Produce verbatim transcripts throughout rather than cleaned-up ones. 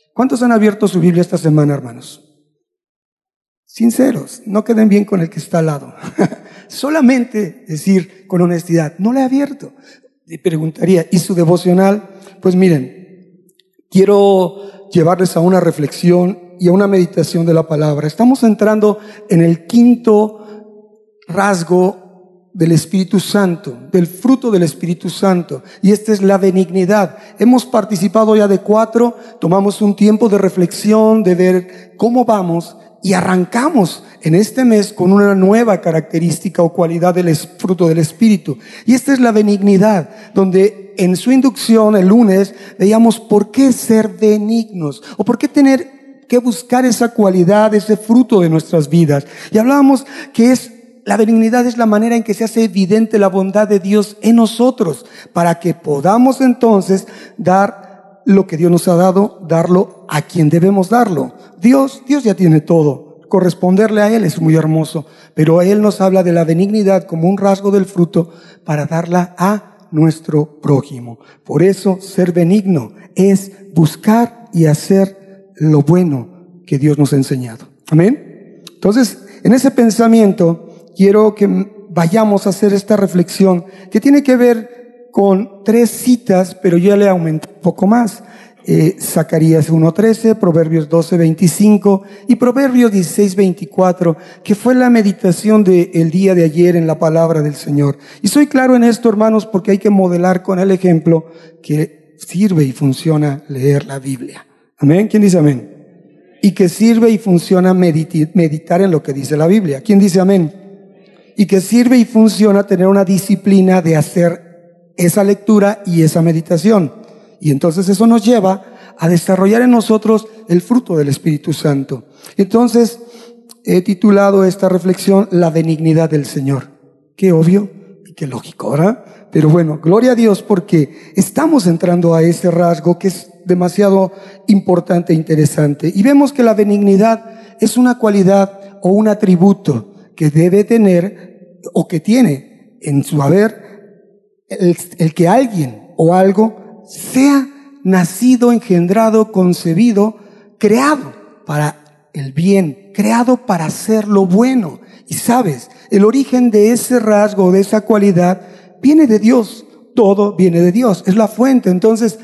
¿Cuántos han abierto su Biblia esta semana, hermanos? Sinceros, no queden bien con el que está al lado. Solamente decir con honestidad, no la he abierto. Le preguntaría, ¿y su devocional? Pues miren, quiero llevarles a una reflexión y a una meditación de la palabra. Estamos entrando en el quinto rasgo del Espíritu Santo, del fruto del Espíritu Santo, y esta es la benignidad. Hemos participado ya de cuatro, tomamos un tiempo de reflexión, de ver cómo vamos, y arrancamos en este mes con una nueva característica o cualidad del fruto del Espíritu, y esta es la benignidad, donde en su inducción el lunes veíamos por qué ser benignos, o por qué tener que buscar esa cualidad, ese fruto de nuestras vidas, y hablábamos que es la benignidad es la manera en que se hace evidente la bondad de Dios en nosotros, para que podamos entonces dar lo que Dios nos ha dado, darlo a quien debemos darlo. Dios, Dios ya tiene todo. Corresponderle a Él es muy hermoso, pero Él nos habla de la benignidad como un rasgo del fruto para darla a nuestro prójimo. Por eso, ser benigno es buscar y hacer lo bueno que Dios nos ha enseñado. Amén. Entonces, en ese pensamiento, quiero que vayamos a hacer esta reflexión que tiene que ver con tres citas, pero yo ya le aumenté un poco más. Eh, Zacarías uno trece, Proverbios doce veinticinco y Proverbios dieciséis veinticuatro, que fue la meditación del día de ayer en la palabra del Señor. Y soy claro en esto, hermanos, porque hay que modelar con el ejemplo que sirve y funciona leer la Biblia. ¿Amén? ¿Quién dice amén? Y que sirve y funciona medit- meditar en lo que dice la Biblia. ¿Quién dice amén? Y que sirve y funciona tener una disciplina de hacer esa lectura y esa meditación. Y entonces eso nos lleva a desarrollar en nosotros el fruto del Espíritu Santo. Entonces he titulado esta reflexión La benignidad del Señor. Qué obvio y qué lógico, ¿verdad? Pero bueno, gloria a Dios porque estamos entrando a ese rasgo que es demasiado importante e interesante. Y vemos que la benignidad es una cualidad o un atributo que debe tener o que tiene en su haber el, el que alguien o algo sea nacido, engendrado, concebido, creado para el bien, creado para hacer lo bueno. Y sabes, el origen de ese rasgo, de esa cualidad, viene de Dios. Todo viene de Dios, es la fuente. Entonces,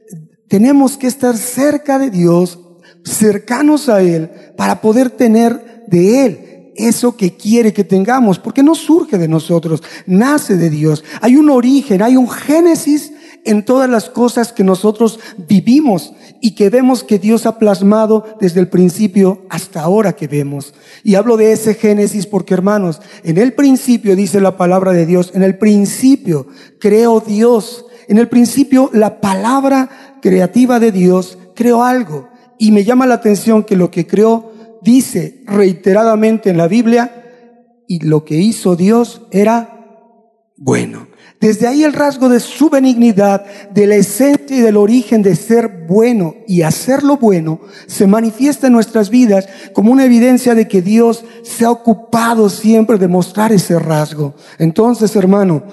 tenemos que estar cerca de Dios, cercanos a Él, para poder tener de Él eso que quiere que tengamos, porque no surge de nosotros, nace de Dios. Hay un origen, hay un génesis en todas las cosas que nosotros vivimos y que vemos que Dios ha plasmado desde el principio hasta ahora que vemos. Y hablo de ese génesis porque, hermanos, en el principio dice la palabra de Dios, en el principio creó Dios, en el principio la palabra creativa de Dios creó algo. Y me llama la atención que lo que creó dice reiteradamente en la Biblia, y lo que hizo Dios era bueno. Desde ahí el rasgo de su benignidad, de la esencia y del origen de ser bueno y hacerlo bueno, se manifiesta en nuestras vidas como una evidencia de que Dios se ha ocupado siempre de mostrar ese rasgo. Entonces, hermano,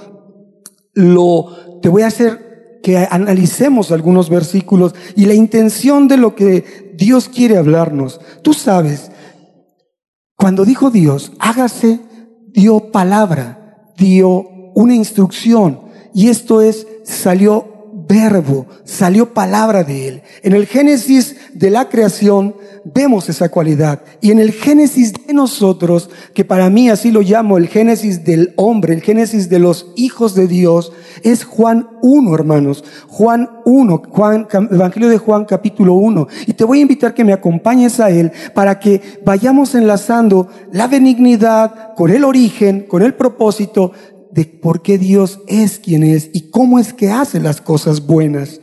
lo, te voy a hacer que analicemos algunos versículos y la intención de lo que Dios quiere hablarnos. Tú sabes, cuando dijo Dios, hágase, dio palabra, dio una instrucción, y esto es, salió verbo, salió palabra de Él. En el Génesis de la creación vemos esa cualidad, y en el Génesis de nosotros, que para mí así lo llamo, el Génesis del hombre, el Génesis de los hijos de Dios, es Juan uno, hermanos. Juan uno, Juan, Evangelio de Juan capítulo uno. Y te voy a invitar que me acompañes a él para que vayamos enlazando la benignidad con el origen, con el propósito de por qué Dios es quien es y cómo es que hace las cosas buenas.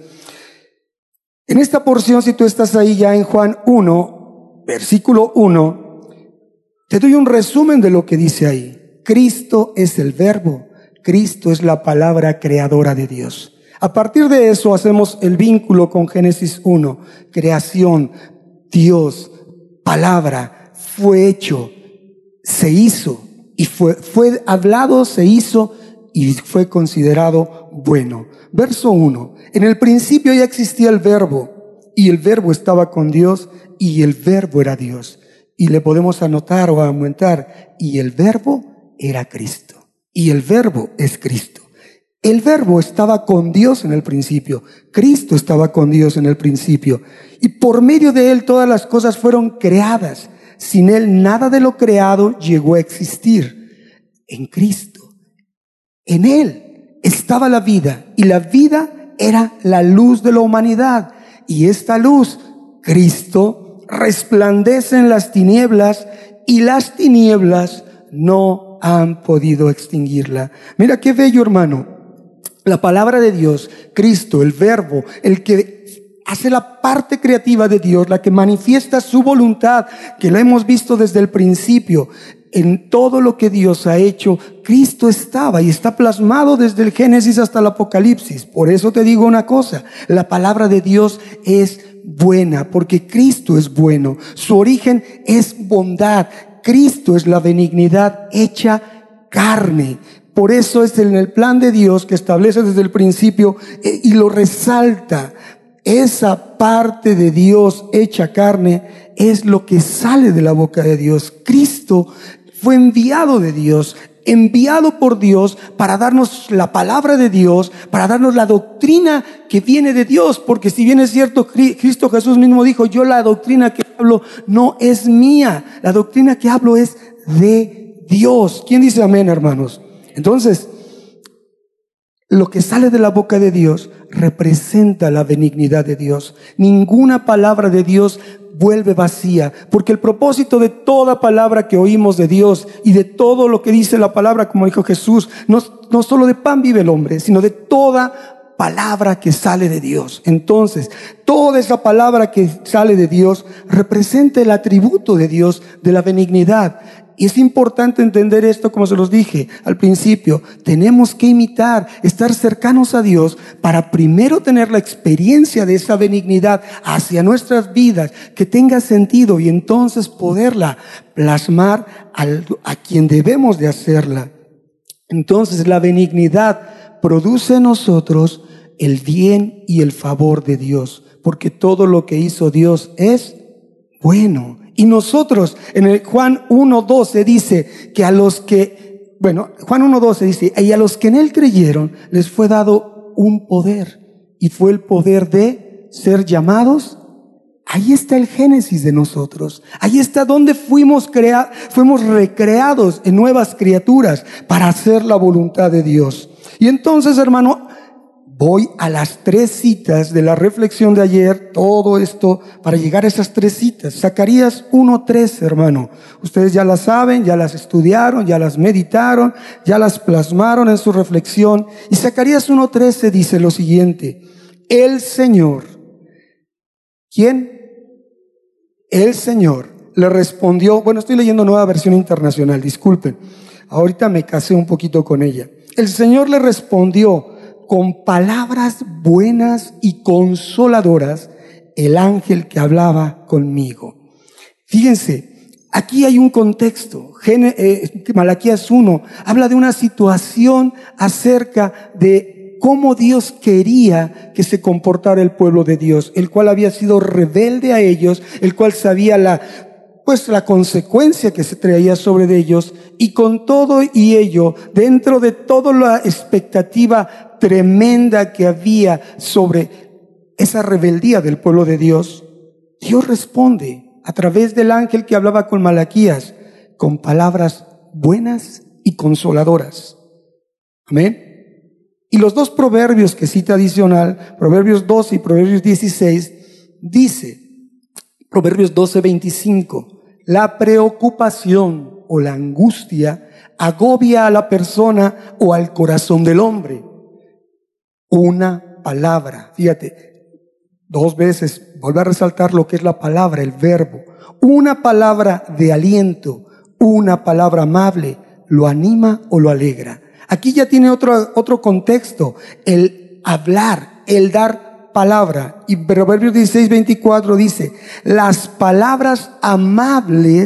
En esta porción, si tú estás ahí ya en Juan uno, versículo uno, te doy un resumen de lo que dice ahí. Cristo es el verbo, Cristo es la palabra creadora de Dios. A partir de eso hacemos el vínculo con Génesis uno, creación, Dios, palabra, fue hecho, se hizo. Y fue, fue hablado, se hizo y fue considerado bueno. Verso uno. En el principio ya existía el verbo y el verbo estaba con Dios, y el verbo era Dios. Y le podemos anotar o aumentar, y el verbo era Cristo, y el verbo es Cristo. El verbo estaba con Dios en el principio, Cristo estaba con Dios en el principio, y por medio de Él todas las cosas fueron creadas. Sin Él nada de lo creado llegó a existir. En Cristo, en Él estaba la vida, y la vida era la luz de la humanidad. Y esta luz, Cristo, resplandece en las tinieblas, y las tinieblas no han podido extinguirla. Mira qué bello, hermano. La palabra de Dios, Cristo, el verbo, el que hace la parte creativa de Dios, la que manifiesta su voluntad, que la hemos visto desde el principio. En todo lo que Dios ha hecho, Cristo estaba y está plasmado desde el Génesis hasta el Apocalipsis. Por eso te digo una cosa, la palabra de Dios es buena, porque Cristo es bueno. Su origen es bondad. Cristo es la benignidad hecha carne. Por eso es en el plan de Dios que establece desde el principio eh, y lo resalta. Esa parte de Dios hecha carne es lo que sale de la boca de Dios. Cristo fue enviado de Dios, enviado por Dios para darnos la palabra de Dios, para darnos la doctrina que viene de Dios. Porque si bien es cierto, Cristo Jesús mismo dijo, yo la doctrina que hablo no es mía, la doctrina que hablo es de Dios. ¿Quién dice amén, hermanos? Entonces, lo que sale de la boca de Dios representa la benignidad de Dios. Ninguna palabra de Dios vuelve vacía, porque el propósito de toda palabra que oímos de Dios y de todo lo que dice la palabra, como dijo Jesús, no, no solo de pan vive el hombre, sino de toda palabra que sale de Dios. Entonces, toda esa palabra que sale de Dios representa el atributo de Dios, de la benignidad. Y es importante entender esto, como se los dije al principio. Tenemos que imitar, estar cercanos a Dios para primero tener la experiencia de esa benignidad hacia nuestras vidas, que tenga sentido, y entonces poderla plasmar al, a quien debemos de hacerla. Entonces la benignidad produce en nosotros el bien y el favor de Dios, porque todo lo que hizo Dios es bueno. Y nosotros, en el Juan uno doce dice que a los que, bueno, Juan uno doce dice, y a los que en Él creyeron les fue dado un poder, y fue el poder de ser llamados. Ahí está el génesis de nosotros. Ahí está donde fuimos crea, fuimos recreados en nuevas criaturas para hacer la voluntad de Dios. Y entonces, hermano, voy a las tres citas de la reflexión de ayer, todo esto para llegar a esas tres citas. Zacarías uno trece, hermano. Ustedes ya las saben, ya las estudiaron, ya las meditaron, ya las plasmaron en su reflexión. Y Zacarías uno trece dice lo siguiente: el Señor, ¿quién? El Señor le respondió, bueno, estoy leyendo Nueva Versión Internacional, disculpen, ahorita me casé un poquito con ella. El Señor le respondió con palabras buenas y consoladoras, el ángel que hablaba conmigo. Fíjense, aquí hay un contexto. Malaquías uno habla de una situación acerca de cómo Dios quería que se comportara el pueblo de Dios, el cual había sido rebelde a ellos, el cual sabía la pues la consecuencia que se traía sobre de ellos, y con todo y ello, dentro de toda la expectativa tremenda que había sobre esa rebeldía del pueblo de Dios, Dios responde a través del ángel que hablaba con Malaquías, con palabras buenas y consoladoras. Amén. Y los dos proverbios que cita adicional, Proverbios doce y Proverbios dieciséis, dice, Proverbios doce veinticinco, la preocupación o la angustia agobia a la persona o al corazón del hombre. Una palabra, fíjate, dos veces, vuelve a resaltar lo que es la palabra, el verbo. Una palabra de aliento, una palabra amable, lo anima o lo alegra. Aquí ya tiene otro, otro contexto, el hablar, el dar palabra. Y Proverbios dieciséis veinticuatro dice, las palabras amables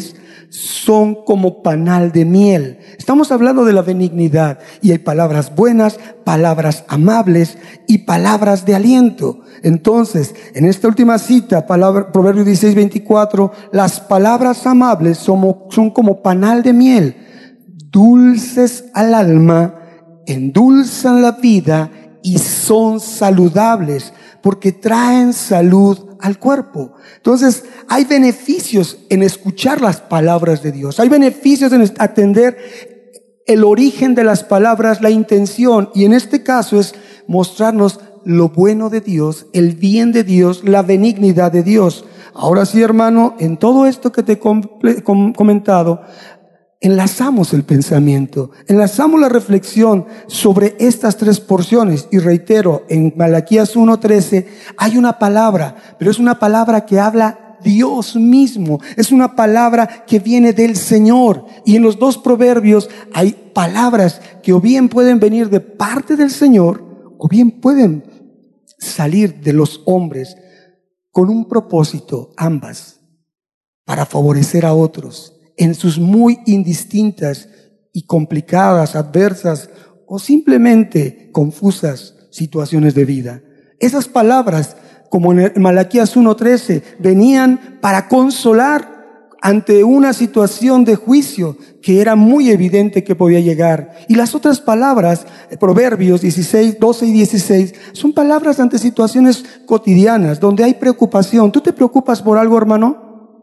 son como panal de miel. Estamos hablando de la benignidad y hay palabras buenas, palabras amables y palabras de aliento. Entonces, en esta última cita, palabra, Proverbios dieciséis, veinticuatro, las palabras amables son, son como panal de miel, dulces al alma, endulzan la vida y son saludables porque traen salud al cuerpo. Entonces, hay beneficios en escuchar las palabras de Dios. Hay beneficios en atender el origen de las palabras, la intención, y en este caso es mostrarnos lo bueno de Dios, el bien de Dios, la benignidad de Dios. Ahora sí, hermano, en todo esto que te he comentado, enlazamos el pensamiento, enlazamos la reflexión sobre estas tres porciones. Y reitero, en Malaquías uno trece hay una palabra, pero es una palabra que habla Dios mismo, es una palabra que viene del Señor. Y en los dos proverbios hay palabras que o bien pueden venir de parte del Señor o bien pueden salir de los hombres con un propósito, ambas, para favorecer a otros en sus muy indistintas y complicadas, adversas o simplemente confusas situaciones de vida. Esas palabras, como en Malaquías uno trece, venían para consolar ante una situación de juicio que era muy evidente que podía llegar. Y las otras palabras, Proverbios dieciséis, doce y dieciséis, son palabras ante situaciones cotidianas donde hay preocupación. ¿Tú te preocupas por algo, hermano?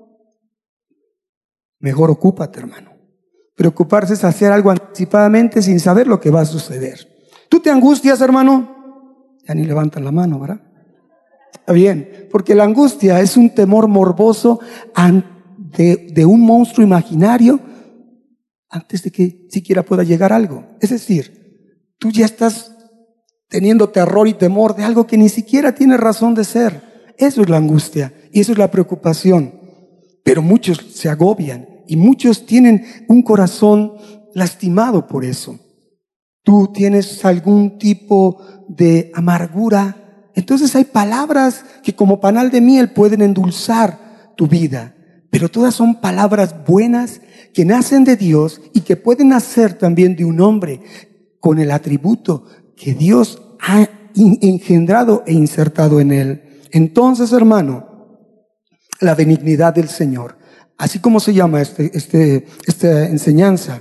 Mejor ocúpate, hermano. Preocuparse es hacer algo anticipadamente sin saber lo que va a suceder. ¿Tú te angustias, hermano? Ya ni levantan la mano, ¿verdad? Está bien, porque la angustia es un temor morboso de, de un monstruo imaginario antes de que siquiera pueda llegar algo. Es decir, tú ya estás teniendo terror y temor de algo que ni siquiera tiene razón de ser. Eso es la angustia y eso es la preocupación. Pero muchos se agobian y muchos tienen un corazón lastimado por eso. Tú tienes algún tipo de amargura. Entonces hay palabras que como panal de miel pueden endulzar tu vida. Pero todas son palabras buenas que nacen de Dios y que pueden nacer también de un hombre con el atributo que Dios ha engendrado e insertado en él. Entonces, hermano, la benignidad del Señor, así como se llama este, este, esta enseñanza,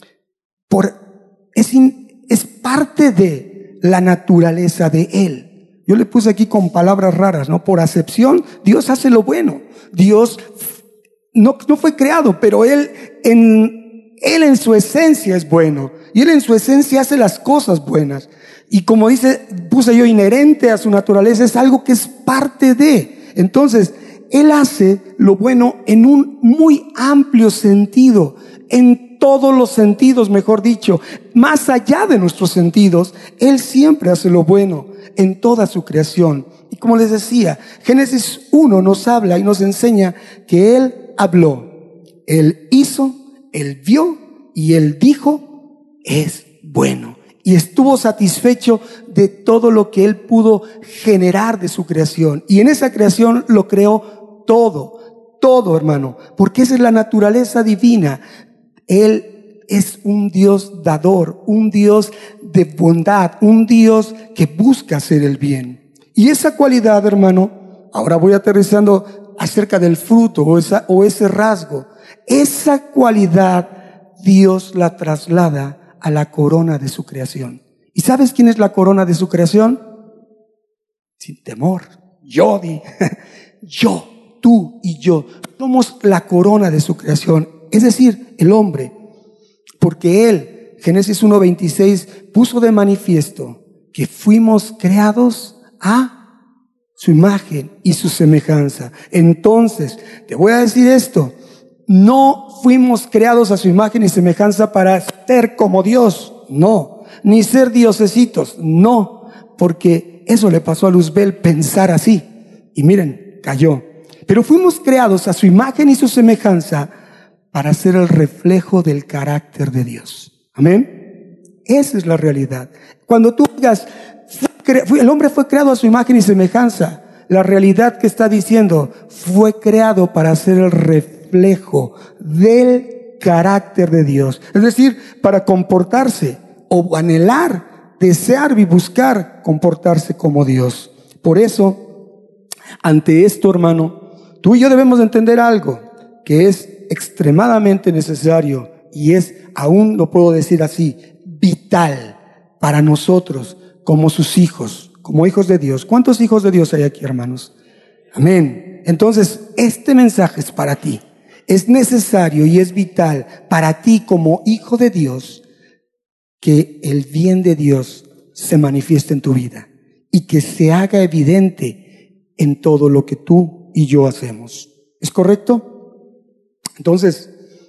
por, es, in, es parte de la naturaleza de Él. Yo le puse aquí con palabras raras, ¿no? Por acepción, Dios hace lo bueno. Dios no, no fue creado, pero Él en, Él en su esencia es bueno. Y Él en su esencia hace las cosas buenas. Y como dice, puse yo, inherente a su naturaleza, es algo que es parte de. Entonces, Él hace lo bueno en un muy amplio sentido, en todos los sentidos, mejor dicho, más allá de nuestros sentidos. Él siempre hace lo bueno en toda su creación. Y como les decía, Génesis uno nos habla y nos enseña que Él habló, Él hizo, Él vio y Él dijo, es bueno. Y estuvo satisfecho de todo lo que Él pudo generar de su creación. Y en esa creación lo creó todo, todo, hermano, porque esa es la naturaleza divina. Él es un Dios dador, un Dios de bondad, un Dios que busca hacer el bien. Y esa cualidad, hermano, ahora voy aterrizando acerca del fruto o, esa, o ese rasgo. Esa cualidad Dios la traslada a la corona de su creación. ¿Y sabes quién es la corona de su creación? Sin temor, yo di, yo. Tú y yo somos la corona de su creación, es decir, el hombre, porque Él, Génesis uno veintiséis, puso de manifiesto que fuimos creados a su imagen y su semejanza. Entonces, te voy a decir esto, no fuimos creados a su imagen y semejanza para ser como Dios, no, ni ser diosesitos, no, porque eso le pasó a Luzbel pensar así, y miren, cayó. Pero fuimos creados a su imagen y su semejanza para ser el reflejo del carácter de Dios. Amén. Esa es la realidad. Cuando tú digas, el hombre fue creado a su imagen y semejanza, la realidad que está diciendo, fue creado para ser el reflejo reflejo del carácter de Dios. Es decir, para comportarse o anhelar, desear y buscar comportarse como Dios. Por eso, ante esto, hermano, tú y yo debemos entender algo que es extremadamente necesario y es, aún lo puedo decir así, vital para nosotros como sus hijos, como hijos de Dios. ¿Cuántos hijos de Dios hay aquí, hermanos? Amén. Entonces, este mensaje es para ti. Es necesario y es vital para ti como hijo de Dios que el bien de Dios se manifieste en tu vida y que se haga evidente en todo lo que tú y yo hacemos. ¿Es correcto? Entonces,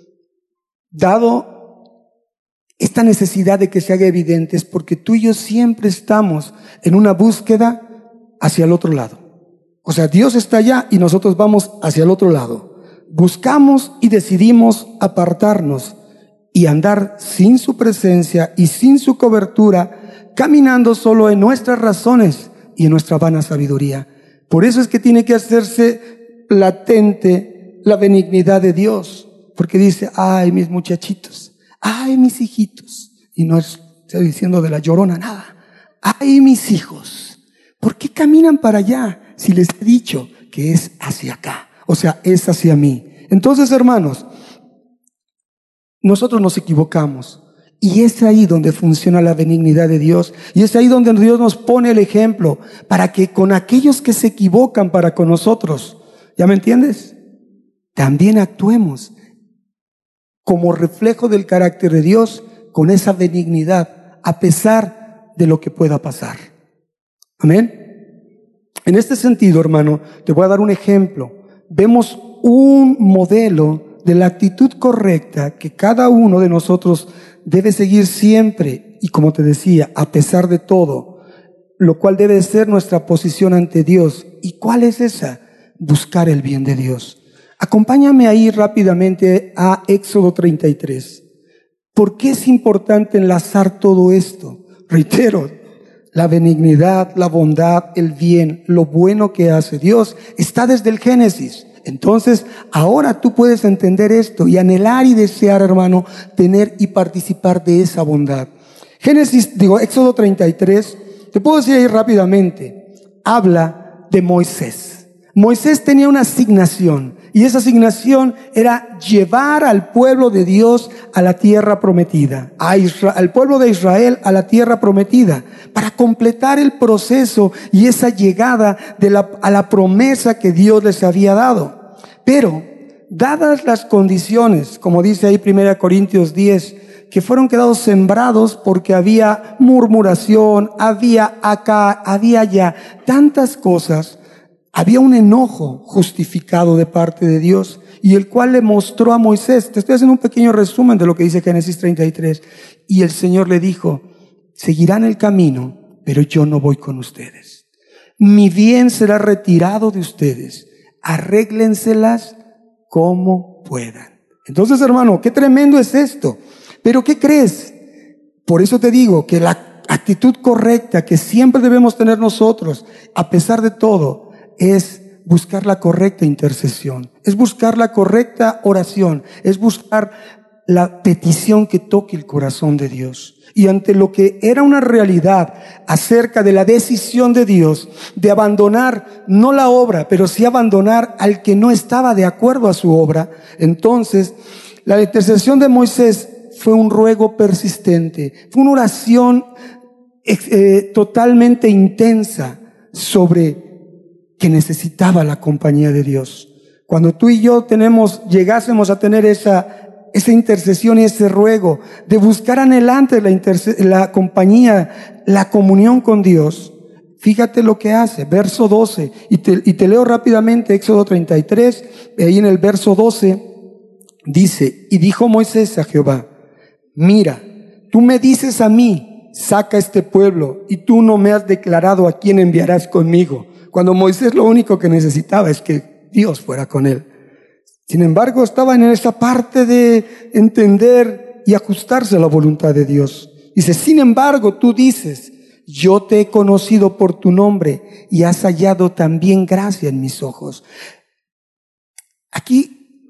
dado esta necesidad de que se haga evidente, es porque tú y yo siempre estamos en una búsqueda hacia el otro lado. O sea, Dios está allá y nosotros vamos hacia el otro lado. Buscamos y decidimos apartarnos y andar sin su presencia y sin su cobertura, caminando solo en nuestras razones y en nuestra vana sabiduría. Por eso es que tiene que hacerse latente la benignidad de Dios, porque dice, ay, mis muchachitos, ay, mis hijitos, y no estoy diciendo de la Llorona nada, ay, mis hijos, ¿por qué caminan para allá si les he dicho que es hacia acá? O sea, es hacia mí. Entonces, hermanos, nosotros nos equivocamos y es ahí donde funciona la benignidad de Dios y es ahí donde Dios nos pone el ejemplo para que con aquellos que se equivocan para con nosotros, ¿ya me entiendes? También actuemos como reflejo del carácter de Dios con esa benignidad a pesar de lo que pueda pasar. Amén. En este sentido, hermano, te voy a dar un ejemplo. Vemos un modelo de la actitud correcta que cada uno de nosotros debe seguir siempre y, como te decía, a pesar de todo, lo cual debe ser nuestra posición ante Dios. ¿Y cuál es esa? Buscar el bien de Dios. Acompáñame ahí rápidamente a Éxodo treinta y tres. ¿Por qué es importante enlazar todo esto? Reitero, la benignidad, la bondad, el bien, lo bueno que hace Dios está desde el Génesis. Entonces, ahora tú puedes entender esto y anhelar y desear, hermano, tener y participar de esa bondad. Génesis, digo, Éxodo treinta y tres, te puedo decir ahí rápidamente, habla de Moisés. Moisés tenía una asignación y esa asignación era llevar al pueblo de Dios a la tierra prometida, a Israel, al pueblo de Israel a la tierra prometida, para completar el proceso y esa llegada de la, a la promesa que Dios les había dado. Pero, dadas las condiciones, como dice ahí primera Corintios diez, que fueron quedados sembrados porque había murmuración, había acá, había allá, tantas cosas, había un enojo justificado de parte de Dios y el cual le mostró a Moisés. Te estoy haciendo un pequeño resumen de lo que dice Génesis treinta y tres. Y el Señor le dijo, seguirán el camino, pero yo no voy con ustedes. Mi bien será retirado de ustedes. Arréglenselas como puedan. Entonces, hermano, qué tremendo es esto. Pero ¿qué crees? Por eso te digo que la actitud correcta que siempre debemos tener nosotros, a pesar de todo, es buscar la correcta intercesión, es buscar la correcta oración, es buscar la petición que toque el corazón de Dios. Y ante lo que era una realidad acerca de la decisión de Dios de abandonar, no la obra, pero sí abandonar al que no estaba de acuerdo a su obra, entonces la intercesión de Moisés fue un ruego persistente, fue una oración eh, totalmente intensa sobre que necesitaba la compañía de Dios. Cuando tú y yo tenemos, llegásemos a tener esa, esa intercesión y ese ruego de buscar anhelante la, la compañía, la comunión con Dios, fíjate lo que hace, verso doce, y te, y te leo rápidamente Éxodo treinta y tres, ahí en el verso doce, dice, y dijo Moisés a Jehová, mira, tú me dices a mí, saca este pueblo, y tú no me has declarado a quién enviarás conmigo. Cuando Moisés lo único que necesitaba es que Dios fuera con él. Sin embargo, estaba en esa parte de entender y ajustarse a la voluntad de Dios. Dice, sin embargo, tú dices, yo te he conocido por tu nombre y has hallado también gracia en mis ojos. Aquí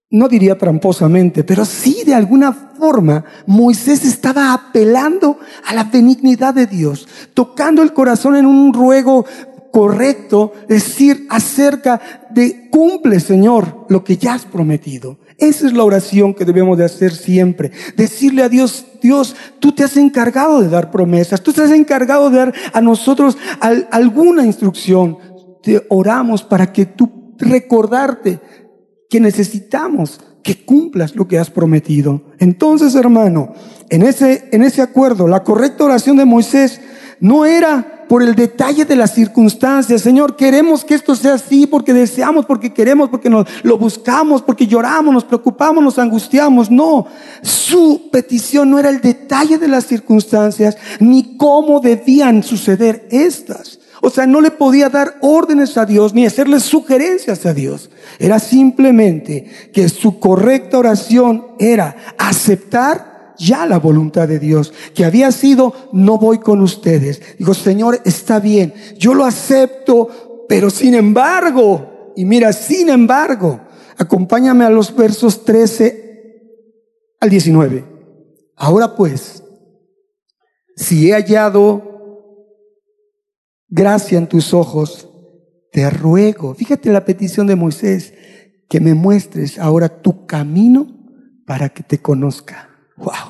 no diría tramposamente, pero sí de alguna forma Moisés estaba apelando a la benignidad de Dios, tocando el corazón en un ruego correcto, decir acerca de cumple, Señor, lo que ya has prometido. Esa es la oración que debemos de hacer siempre. Decirle a Dios, Dios, tú te has encargado de dar promesas, tú te has encargado de dar a nosotros al, alguna instrucción. Te oramos para que tú recordarte que necesitamos que cumplas lo que has prometido. Entonces, hermano, en ese, en ese acuerdo, la correcta oración de Moisés no era por el detalle de las circunstancias. Señor, queremos que esto sea así porque deseamos, porque queremos, porque nos lo buscamos, porque lloramos, nos preocupamos, nos angustiamos. No, su petición no era el detalle de las circunstancias ni cómo debían suceder estas. O sea, no le podía dar órdenes a Dios ni hacerle sugerencias a Dios. Era simplemente que su correcta oración era aceptar ya la voluntad de Dios, que había sido, no voy con ustedes. Digo, Señor, está bien, yo lo acepto, pero sin embargo, y mira, sin embargo, acompáñame a los versos trece al diecinueve. Ahora pues, si he hallado gracia en tus ojos, te ruego, fíjate la petición de Moisés, que me muestres ahora tu camino para que te conozca. Wow.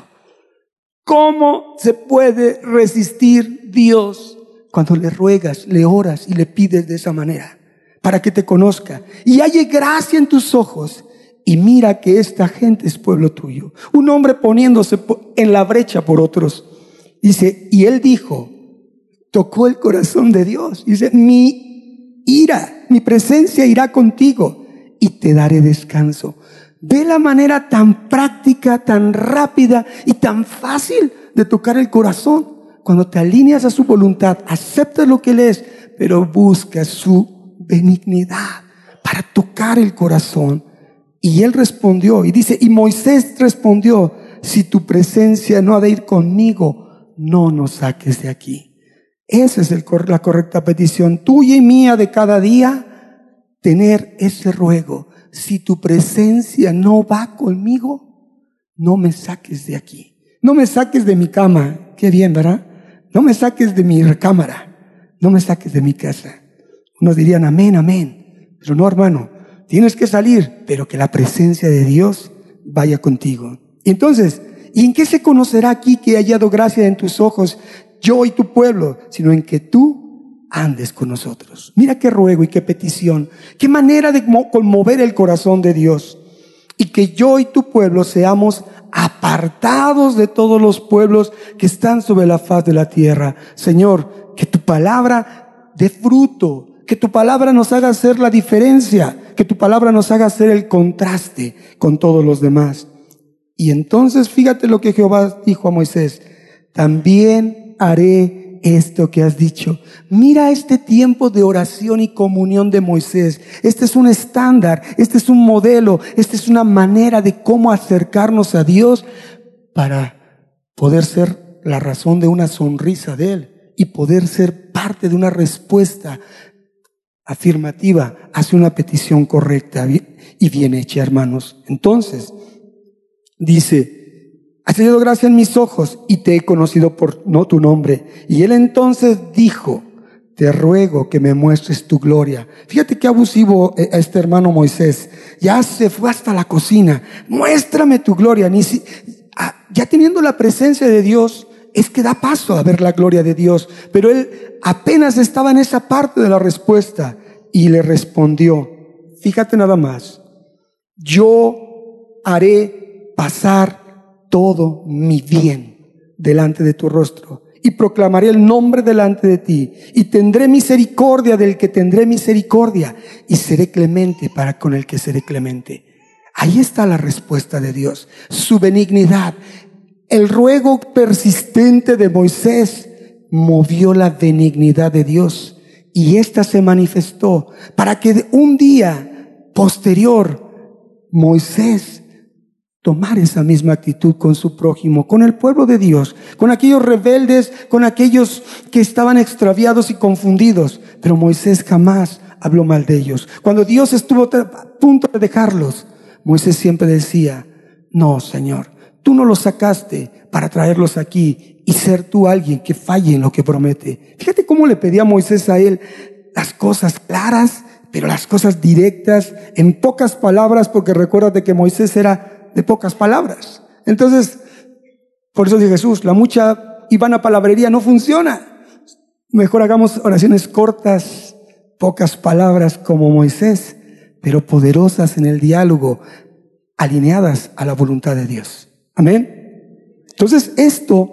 ¿Cómo se puede resistir Dios cuando le ruegas, le oras y le pides de esa manera? Para que te conozca y halle gracia en tus ojos. Y mira que esta gente es pueblo tuyo. Un hombre poniéndose en la brecha por otros. Dice, y él dijo, tocó el corazón de Dios. Dice, mi ira, mi presencia irá contigo y te daré descanso. Ve la manera tan práctica, tan rápida y tan fácil de tocar el corazón. Cuando te alineas a su voluntad, aceptas lo que Él es, pero buscas su benignidad para tocar el corazón. Y Él respondió y dice, y Moisés respondió, si tu presencia no ha de ir conmigo, no nos saques de aquí. Esa es el, la correcta petición tuya y mía de cada día, tener ese ruego. Si tu presencia no va conmigo, no me saques de aquí. No me saques de mi cama. Qué bien, ¿verdad? No me saques de mi recámara. No me saques de mi casa. Unos dirían amén, amén. Pero no, hermano. Tienes que salir, pero que la presencia de Dios vaya contigo. Y entonces, ¿y en qué se conocerá aquí que he hallado gracia en tus ojos, yo y tu pueblo? Sino en que tú andes con nosotros. Mira qué ruego y qué petición, qué manera de conmover el corazón de Dios. Y que yo y tu pueblo seamos apartados de todos los pueblos que están sobre la faz de la tierra. Señor, que tu palabra dé fruto, que tu palabra nos haga hacer la diferencia, que tu palabra nos haga hacer el contraste con todos los demás. Y entonces fíjate lo que Jehová dijo a Moisés, también haré esto que has dicho. Mira este tiempo de oración y comunión de Moisés. Este es un estándar, este es un modelo, esta es una manera de cómo acercarnos a Dios para poder ser la razón de una sonrisa de Él y poder ser parte de una respuesta afirmativa hacia una petición correcta y bien hecha, hermanos. Entonces, dice, has hallado gracia en mis ojos y te he conocido por no tu nombre. Y él entonces dijo, te ruego que me muestres tu gloria. Fíjate qué abusivo a este hermano Moisés. Ya se fue hasta la cocina. Muéstrame tu gloria. Ni si, ya teniendo la presencia de Dios, es que da paso a ver la gloria de Dios. Pero él apenas estaba en esa parte de la respuesta y le respondió, fíjate nada más, yo haré pasar todo mi bien delante de tu rostro y proclamaré el nombre delante de ti y tendré misericordia del que tendré misericordia y seré clemente para con el que seré clemente. Ahí está la respuesta de Dios, su benignidad. El ruego persistente de Moisés movió la benignidad de Dios y ésta se manifestó para que un día posterior Moisés tomar esa misma actitud con su prójimo, con el pueblo de Dios, con aquellos rebeldes, con aquellos que estaban extraviados y confundidos. Pero Moisés jamás habló mal de ellos. Cuando Dios estuvo a punto de dejarlos, Moisés siempre decía, no, Señor, tú no los sacaste para traerlos aquí y ser tú alguien que falle en lo que promete. Fíjate cómo le pedía Moisés a él las cosas claras, pero las cosas directas, en pocas palabras, porque recuérdate que Moisés era de pocas palabras. Entonces, por eso dice Jesús, la mucha y vana palabrería no funciona. Mejor hagamos oraciones cortas, pocas palabras como Moisés, pero poderosas en el diálogo, alineadas a la voluntad de Dios. Amén. Entonces, esto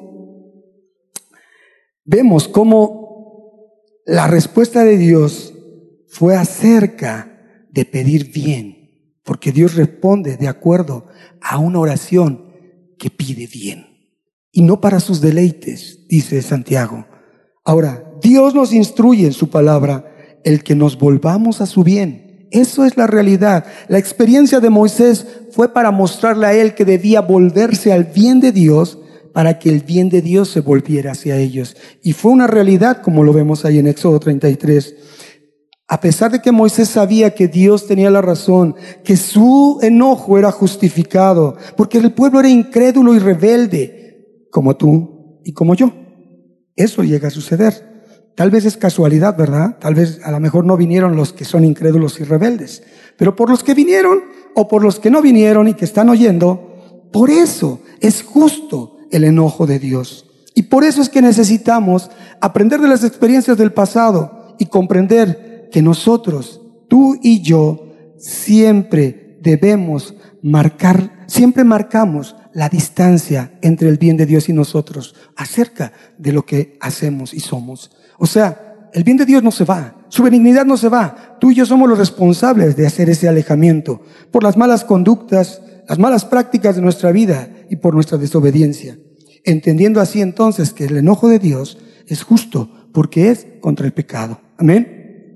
vemos cómo la respuesta de Dios fue acerca de pedir bien, porque Dios responde de acuerdo a una oración que pide bien, y no para sus deleites, dice Santiago. Ahora, Dios nos instruye en su palabra el que nos volvamos a su bien. Eso es la realidad. La experiencia de Moisés fue para mostrarle a él que debía volverse al bien de Dios para que el bien de Dios se volviera hacia ellos. Y fue una realidad, como lo vemos ahí en Éxodo treinta y tres. A pesar de que Moisés sabía que Dios tenía la razón, que su enojo era justificado, porque el pueblo era incrédulo y rebelde, como tú y como yo. Eso llega a suceder. Tal vez es casualidad, ¿verdad? Tal vez a lo mejor no vinieron los que son incrédulos y rebeldes, pero por los que vinieron o por los que no vinieron y que están oyendo, por eso es justo el enojo de Dios. Y por eso es que necesitamos aprender de las experiencias del pasado y comprender que nosotros, tú y yo, siempre debemos marcar, siempre marcamos la distancia entre el bien de Dios y nosotros acerca de lo que hacemos y somos. O sea, el bien de Dios no se va, su benignidad no se va. Tú y yo somos los responsables de hacer ese alejamiento por las malas conductas, las malas prácticas de nuestra vida y por nuestra desobediencia. Entendiendo así entonces que el enojo de Dios es justo porque es contra el pecado. Amén.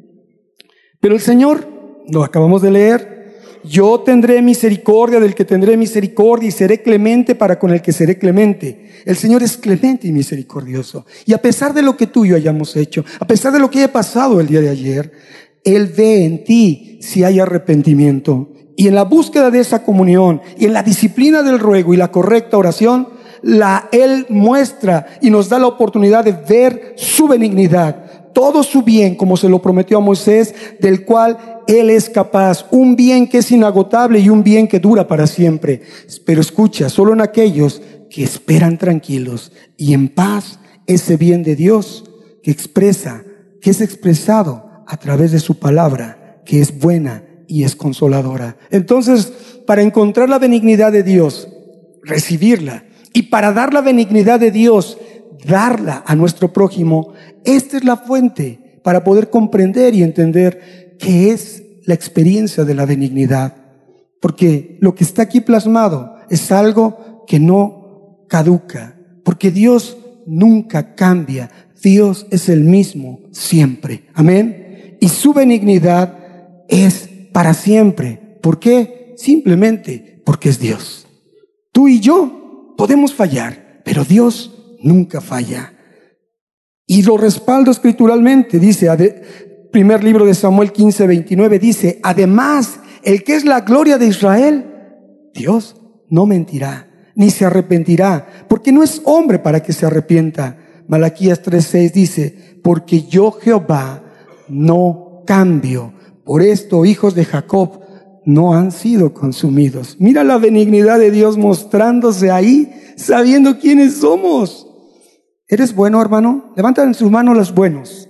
Pero el Señor, lo acabamos de leer, yo tendré misericordia del que tendré misericordia y seré clemente para con el que seré clemente. El Señor es clemente y misericordioso. Y a pesar de lo que tú y yo hayamos hecho, a pesar de lo que haya pasado el día de ayer, Él ve en ti si hay arrepentimiento. Y en la búsqueda de esa comunión y en la disciplina del ruego y la correcta oración, la, Él muestra y nos da la oportunidad de ver su benignidad, todo su bien, como se lo prometió a Moisés, del cual Él es capaz, un bien que es inagotable y un bien que dura para siempre. Pero escucha, solo en aquellos que esperan tranquilos y en paz ese bien de Dios que expresa, que es expresado a través de su palabra, que es buena y es consoladora. Entonces, para encontrar la benignidad de Dios, recibirla, y para dar la benignidad de Dios, darla a nuestro prójimo, esta es la fuente para poder comprender y entender qué es la experiencia de la benignidad. Porque lo que está aquí plasmado es algo que no caduca, porque Dios nunca cambia. Dios es el mismo siempre. Amén. Y su benignidad es para siempre. ¿Por qué? Simplemente porque es Dios. Tú y yo podemos fallar, pero Dios nunca falla. Y lo respaldo escrituralmente. Dice, primer libro de Samuel quince, veintinueve, dice, además, el que es la gloria de Israel, Dios no mentirá, ni se arrepentirá, porque no es hombre para que se arrepienta. Malaquías tres, seis dice, porque yo Jehová no cambio. Por esto, hijos de Jacob no han sido consumidos. Mira la benignidad de Dios mostrándose ahí, sabiendo quiénes somos. ¿Eres bueno, hermano? Levantan en sus manos los buenos.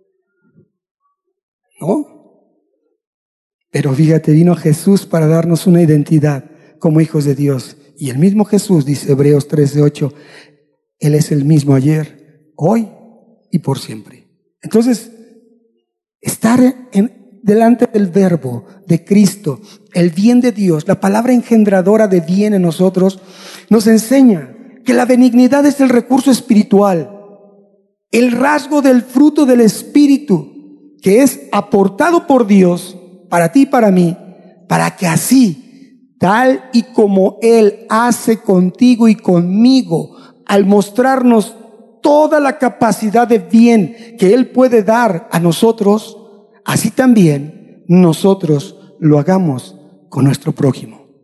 ¿No? Pero fíjate, vino Jesús para darnos una identidad como hijos de Dios. Y el mismo Jesús, dice Hebreos trece, ocho, Él es el mismo ayer, hoy y por siempre. Entonces, estar en, delante del verbo de Cristo, el bien de Dios, la palabra engendradora de bien en nosotros, nos enseña que la benignidad es el recurso espiritual, el rasgo del fruto del Espíritu, que es aportado por Dios para ti y para mí, para que así, tal y como Él hace contigo y conmigo, al mostrarnos toda la capacidad de bien que Él puede dar a nosotros, así también nosotros lo hagamos con nuestro prójimo.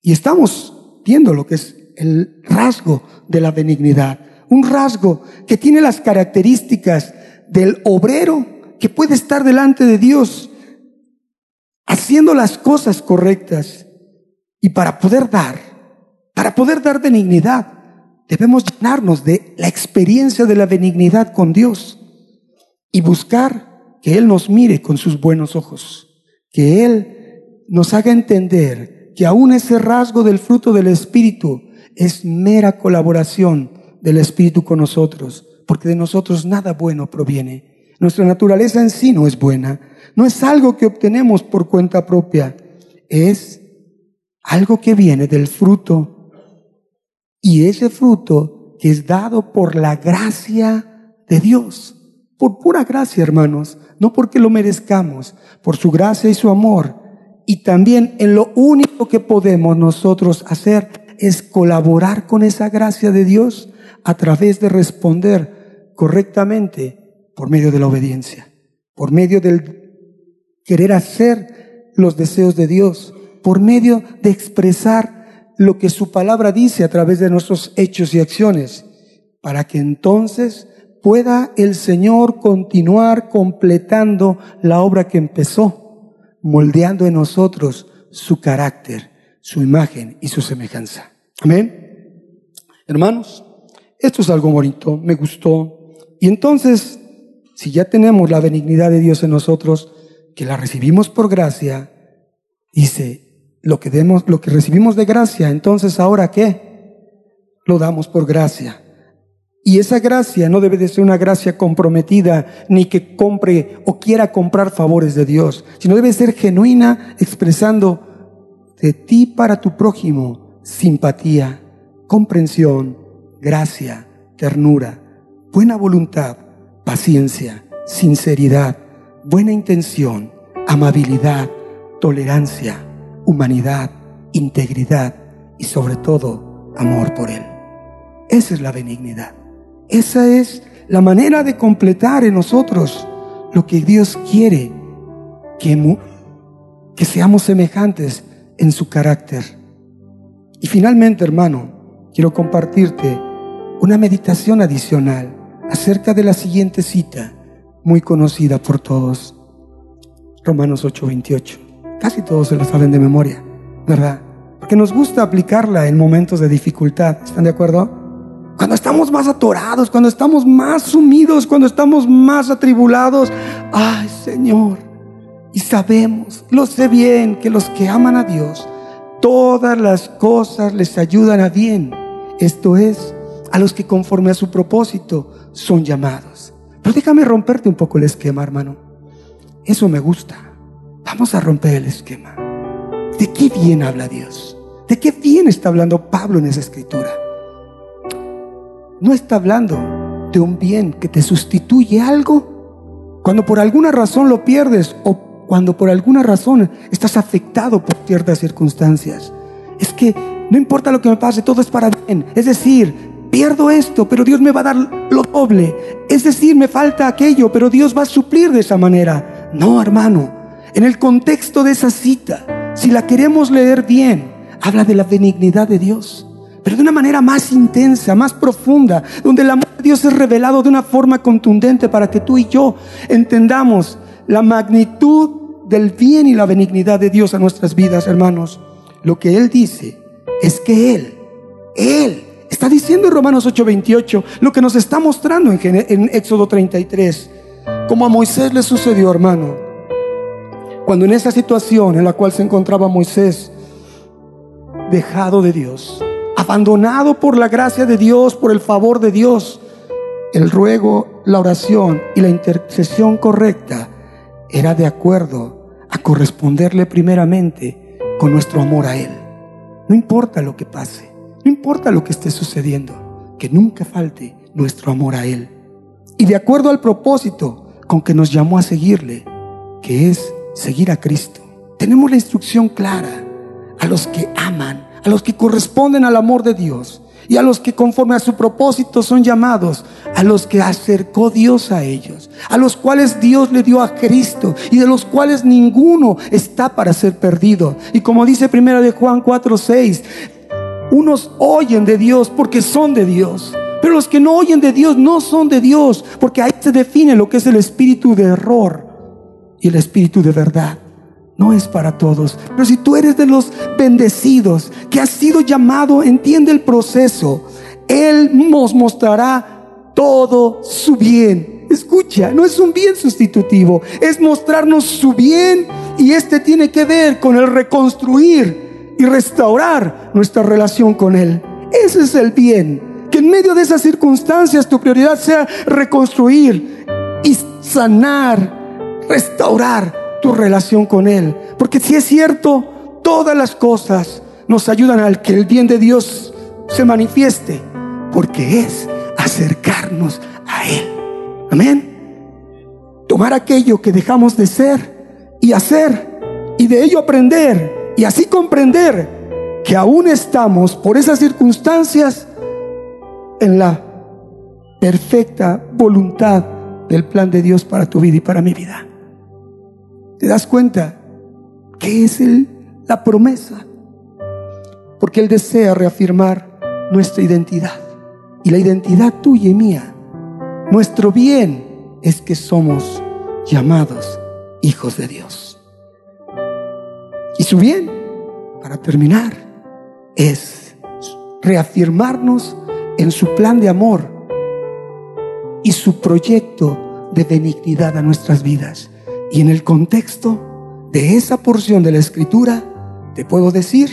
Y estamos viendo lo que es el rasgo de la benignidad. Un rasgo que tiene las características del obrero que puede estar delante de Dios haciendo las cosas correctas. Y para poder dar, para poder dar benignidad, debemos llenarnos de la experiencia de la benignidad con Dios y buscar que Él nos mire con sus buenos ojos, que Él nos haga entender que aún ese rasgo del fruto del Espíritu es mera colaboración del Espíritu con nosotros, porque de nosotros nada bueno proviene. Nuestra naturaleza en sí no es buena, no es algo que obtenemos por cuenta propia, es algo que viene del fruto, y ese fruto que es dado por la gracia de Dios, por pura gracia, hermanos, no porque lo merezcamos, por su gracia y su amor. Y también en lo único que podemos nosotros hacer es colaborar con esa gracia de Dios a través de responder correctamente por medio de la obediencia, por medio del querer hacer los deseos de Dios, por medio de expresar lo que su palabra dice a través de nuestros hechos y acciones, para que entonces pueda el Señor continuar completando la obra que empezó, moldeando en nosotros su carácter, su imagen y su semejanza. Amén. Hermanos, esto es algo bonito, me gustó. Y entonces, si ya tenemos la benignidad de Dios en nosotros, que la recibimos por gracia, dice, lo que demos, lo que recibimos de gracia, entonces ¿ahora qué? Lo damos por gracia. Y esa gracia no debe de ser una gracia comprometida, ni que compre o quiera comprar favores de Dios, sino debe ser genuina, expresando de ti para tu prójimo simpatía, comprensión, gracia, ternura, buena voluntad, paciencia, sinceridad, buena intención, amabilidad, tolerancia, humanidad, integridad y sobre todo amor por Él. Esa es la benignidad. Esa es la manera de completar en nosotros lo que Dios quiere, que, que seamos semejantes en su carácter. Y finalmente, hermano, quiero compartirte una meditación adicional acerca de la siguiente cita, muy conocida por todos. Romanos ocho veintiocho. Casi todos se la saben de memoria, ¿verdad? Porque nos gusta aplicarla en momentos de dificultad. ¿Están de acuerdo? Cuando estamos más atorados, cuando estamos más sumidos, cuando estamos más atribulados. Ay, Señor, y sabemos, lo sé bien, que los que aman a Dios, todas las cosas les ayudan a bien. Esto es, a los que conforme a su propósito son llamados. Pero déjame romperte un poco el esquema, hermano. Eso me gusta. Vamos a romper el esquema. ¿De qué bien habla Dios? ¿De qué bien está hablando Pablo en esa escritura? No está hablando de un bien que te sustituye algo cuando por alguna razón lo pierdes o cuando por alguna razón estás afectado por ciertas circunstancias. Es que no importa lo que me pase, todo es para bien. Es decir, pierdo esto, pero Dios me va a dar lo doble. Es decir, me falta aquello, pero Dios va a suplir de esa manera. No, hermano, en el contexto de esa cita, si la queremos leer bien, habla de la benignidad de Dios, pero de una manera más intensa, más profunda, donde el amor de Dios es revelado de una forma contundente para que tú y yo entendamos la magnitud del bien y la benignidad de Dios a nuestras vidas, hermanos. Lo que Él dice es que Él, Él, está diciendo en Romanos ocho veintiocho, lo que nos está mostrando en, en Éxodo treinta y tres, como a Moisés le sucedió, hermano, cuando en esa situación en la cual se encontraba Moisés, dejado de Dios, abandonado por la gracia de Dios, por el favor de Dios, el ruego, la oración y la intercesión correcta era de acuerdo a corresponderle primeramente con nuestro amor a Él. No importa lo que pase, no importa lo que esté sucediendo, que nunca falte nuestro amor a Él. Y de acuerdo al propósito con que nos llamó a seguirle, que es seguir a Cristo. Tenemos la instrucción clara a los que aman, a los que corresponden al amor de Dios y a los que conforme a su propósito son llamados a los que acercó Dios a ellos, a los cuales Dios le dio a Cristo y de los cuales ninguno está para ser perdido. Y como dice primera de Juan cuatro seis, unos oyen de Dios porque son de Dios, pero los que no oyen de Dios no son de Dios, porque ahí se define lo que es el espíritu de error y el espíritu de verdad. No es para todos. Pero si tú eres de los bendecidos, que has sido llamado, entiende el proceso. Él nos mostrará todo su bien. Escucha, no es un bien sustitutivo, es mostrarnos su bien, y este tiene que ver con el reconstruir y restaurar nuestra relación con Él. Ese es el bien. Que en medio de esas circunstancias tu prioridad sea reconstruir y sanar, restaurar tu relación con Él. Porque si es cierto, todas las cosas nos ayudan a que el bien de Dios se manifieste, porque es acercarnos a Él. Amén. Tomar aquello que dejamos de ser y hacer, y de ello aprender, y así comprender que aún estamos por esas circunstancias en la perfecta voluntad del plan de Dios para tu vida y para mi vida. ¿Te das cuenta que es el, la promesa? Porque Él desea reafirmar nuestra identidad, y la identidad tuya y mía. Nuestro bien es que somos llamados hijos de Dios. Y su bien, para terminar, es reafirmarnos en su plan de amor y su proyecto de benignidad a nuestras vidas. Y en el contexto de esa porción de la Escritura, te puedo decir,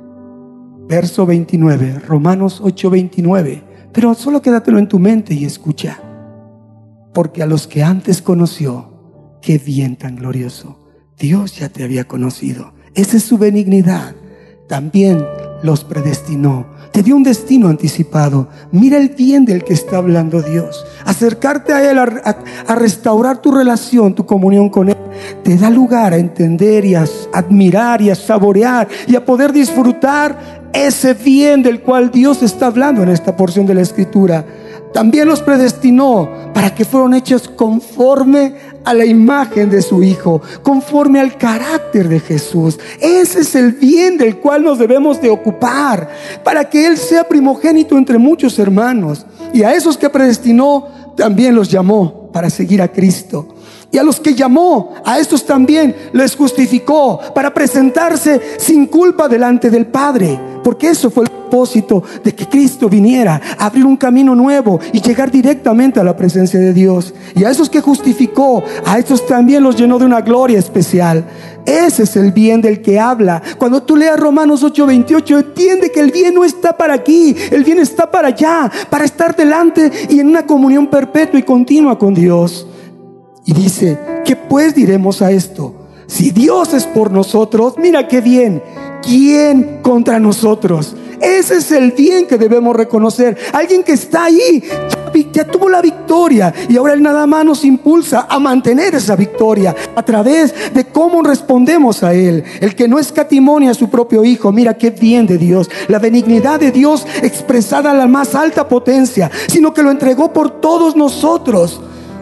verso veintinueve, Romanos ocho veintinueve, pero solo quédatelo en tu mente y escucha. Porque a los que antes conoció, qué bien tan glorioso, Dios ya te había conocido. Esa es su benignidad. También los predestinó, te dio un destino anticipado. Mira el bien del que está hablando Dios. Acercarte a Él, a, a, a restaurar tu relación, tu comunión con Él, te da lugar a entender y a admirar y a saborear y a poder disfrutar ese bien del cual Dios está hablando en esta porción de la Escritura. También los predestinó para que fueran hechos conforme a la imagen de su Hijo, conforme al carácter de Jesús. Ese es el bien del cual nos debemos de ocupar, para que Él sea primogénito entre muchos hermanos. Y a esos que predestinó, también los llamó para seguir a Cristo. Y a los que llamó, a estos también les justificó para presentarse sin culpa delante del Padre. Porque eso fue el propósito de que Cristo viniera a abrir un camino nuevo y llegar directamente a la presencia de Dios. Y a esos que justificó, a estos también los llenó de una gloria especial. Ese es el bien del que habla. Cuando tú leas Romanos ocho veintiocho, entiende que el bien no está para aquí, el bien está para allá, para estar delante y en una comunión perpetua y continua con Dios. Y dice, ¿qué pues diremos a esto? Si Dios es por nosotros, mira qué bien, ¿quién contra nosotros? Ese es el bien que debemos reconocer. Alguien que está ahí, ya, ya tuvo la victoria, y ahora Él nada más nos impulsa a mantener esa victoria a través de cómo respondemos a Él. El que no escatimó ni a su propio Hijo, mira qué bien de Dios, la benignidad de Dios expresada a la más alta potencia, sino que lo entregó por todos nosotros.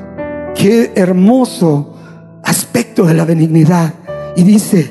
Qué hermoso aspecto de la benignidad. Y dice,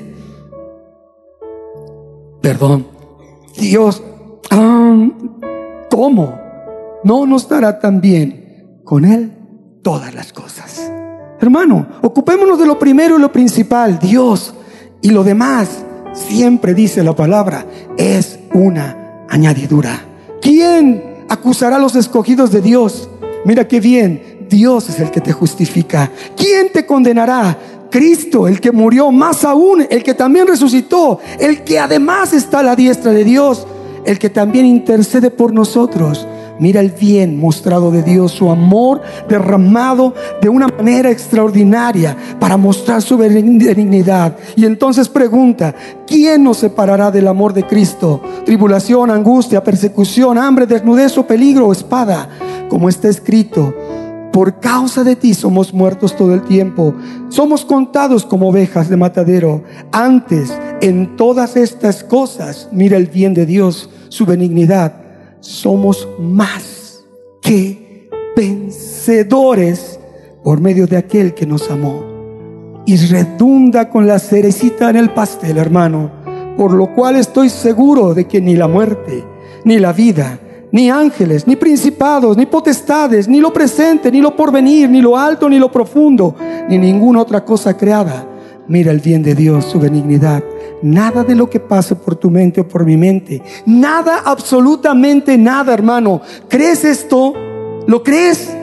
perdón, Dios, ah, ¿cómo no nos dará también con Él todas las cosas? Hermano, ocupémonos de lo primero y lo principal, Dios, y lo demás, siempre dice la palabra, es una añadidura. ¿Quién acusará a los escogidos de Dios? Mira qué bien, Dios es el que te justifica. ¿Quién te condenará? Cristo, el que murió, más aún el que también resucitó, el que además está a la diestra de Dios, el que también intercede por nosotros. Mira el bien mostrado de Dios, su amor derramado de una manera extraordinaria para mostrar su benignidad. Y entonces pregunta, ¿quién nos separará del amor de Cristo? Tribulación, angustia, persecución, hambre, desnudez o peligro o espada. Como está escrito, por causa de ti somos muertos todo el tiempo, somos contados como ovejas de matadero. Antes, en todas estas cosas, mira el bien de Dios, su benignidad, somos más que vencedores por medio de aquel que nos amó. Y redunda con la cerecita en el pastel, hermano, por lo cual estoy seguro de que ni la muerte, ni la vida, ni ángeles, ni principados, ni potestades, ni lo presente, ni lo porvenir, ni lo alto, ni lo profundo, ni ninguna otra cosa creada, mira el bien de Dios, su benignidad. Nada de lo que pase por tu mente o por mi mente, nada, absolutamente nada, hermano. ¿Crees esto? ¿Lo crees?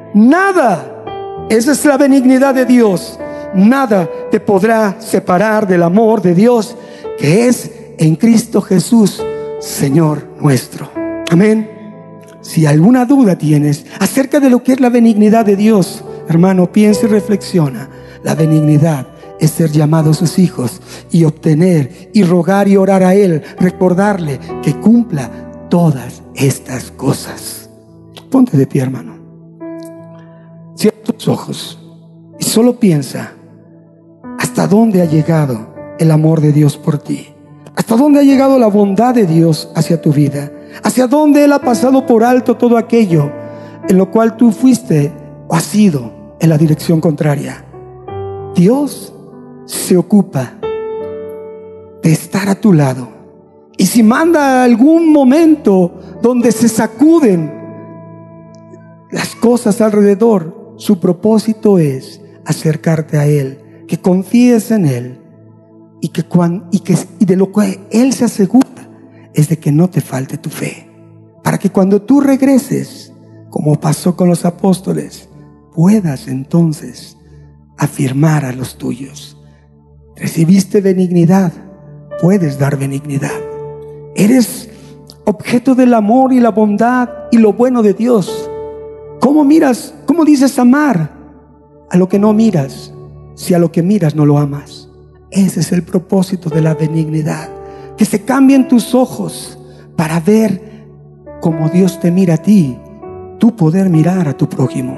Nada. Esa es la benignidad de Dios. Nada te podrá separar del amor de Dios, que es en Cristo Jesús, Señor nuestro. Amén. Si alguna duda tienes acerca de lo que es la benignidad de Dios, hermano, piensa y reflexiona. La benignidad es ser llamados sus hijos y obtener y rogar y orar a Él, recordarle que cumpla todas estas cosas. Ponte de pie, hermano. Cierra tus ojos y solo piensa hasta dónde ha llegado el amor de Dios por ti, hasta dónde ha llegado la bondad de Dios hacia tu vida, hacia dónde Él ha pasado por alto todo aquello en lo cual tú fuiste o has ido en la dirección contraria. Dios se ocupa de estar a tu lado, y si manda algún momento donde se sacuden las cosas alrededor, su propósito es acercarte a Él, que confíes en Él, y que, cuando, y que y de lo que Él se asegura es de que no te falte tu fe, para que cuando tú regreses, como pasó con los apóstoles, puedas entonces afirmar a los tuyos. Recibiste benignidad, puedes dar benignidad. Eres objeto del amor y la bondad y lo bueno de Dios. ¿Cómo miras? ¿Cómo dices amar a lo que no miras, si a lo que miras no lo amas? Ese es el propósito de la benignidad, que se cambien tus ojos para ver como Dios te mira a ti, tú poder mirar a tu prójimo.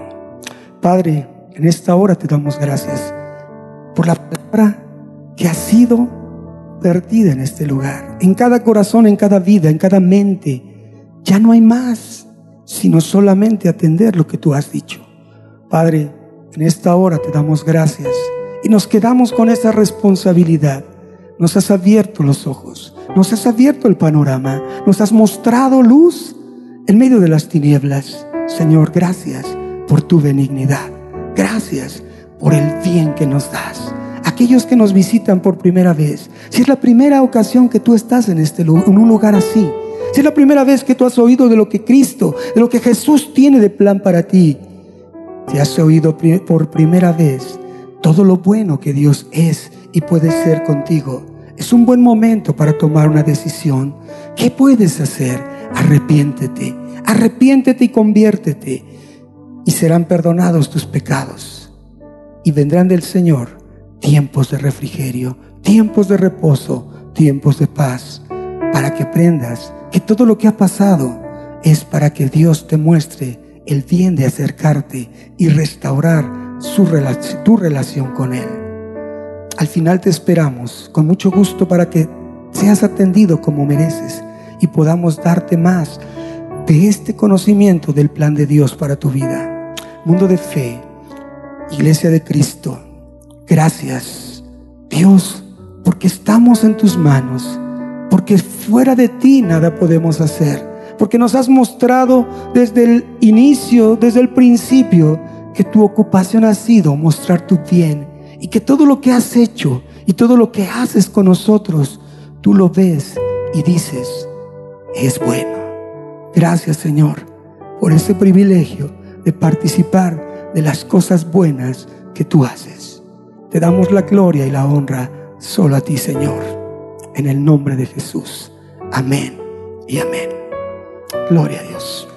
Padre, en esta hora te damos gracias por la palabra que ha sido vertida en este lugar, en cada corazón, en cada vida, en cada mente. Ya no hay más, sino solamente atender lo que tú has dicho. Padre, en esta hora te damos gracias y nos quedamos con esa responsabilidad. Nos has abierto los ojos, nos has abierto el panorama, nos has mostrado luz en medio de las tinieblas. Señor, gracias por tu benignidad. Gracias por el bien que nos das. Aquellos que nos visitan por primera vez, si es la primera ocasión que tú estás en, este, en un lugar así, si es la primera vez que tú has oído de lo que Cristo, de lo que Jesús tiene de plan para ti, si has oído por primera vez todo lo bueno que Dios es y puede ser contigo, es un buen momento para tomar una decisión. ¿Qué puedes hacer? Arrepiéntete, arrepiéntete y conviértete, y serán perdonados tus pecados, y vendrán del Señor tiempos de refrigerio, tiempos de reposo, tiempos de paz, para que aprendas que todo lo que ha pasado es para que Dios te muestre el bien de acercarte y restaurar su relac- tu relación con Él. Al final te esperamos con mucho gusto para que seas atendido como mereces y podamos darte más de este conocimiento del plan de Dios para tu vida. Mundo de Fe, Iglesia de Cristo, gracias, Dios, porque estamos en tus manos, porque fuera de ti nada podemos hacer, porque nos has mostrado desde el inicio, desde el principio, que tu ocupación ha sido mostrar tu bien, y que todo lo que has hecho y todo lo que haces con nosotros, tú lo ves y dices, es bueno. Gracias, Señor, por ese privilegio de participar de las cosas buenas que tú haces. Te damos la gloria y la honra solo a ti, Señor, en el nombre de Jesús. Amén y amén. Gloria a Dios.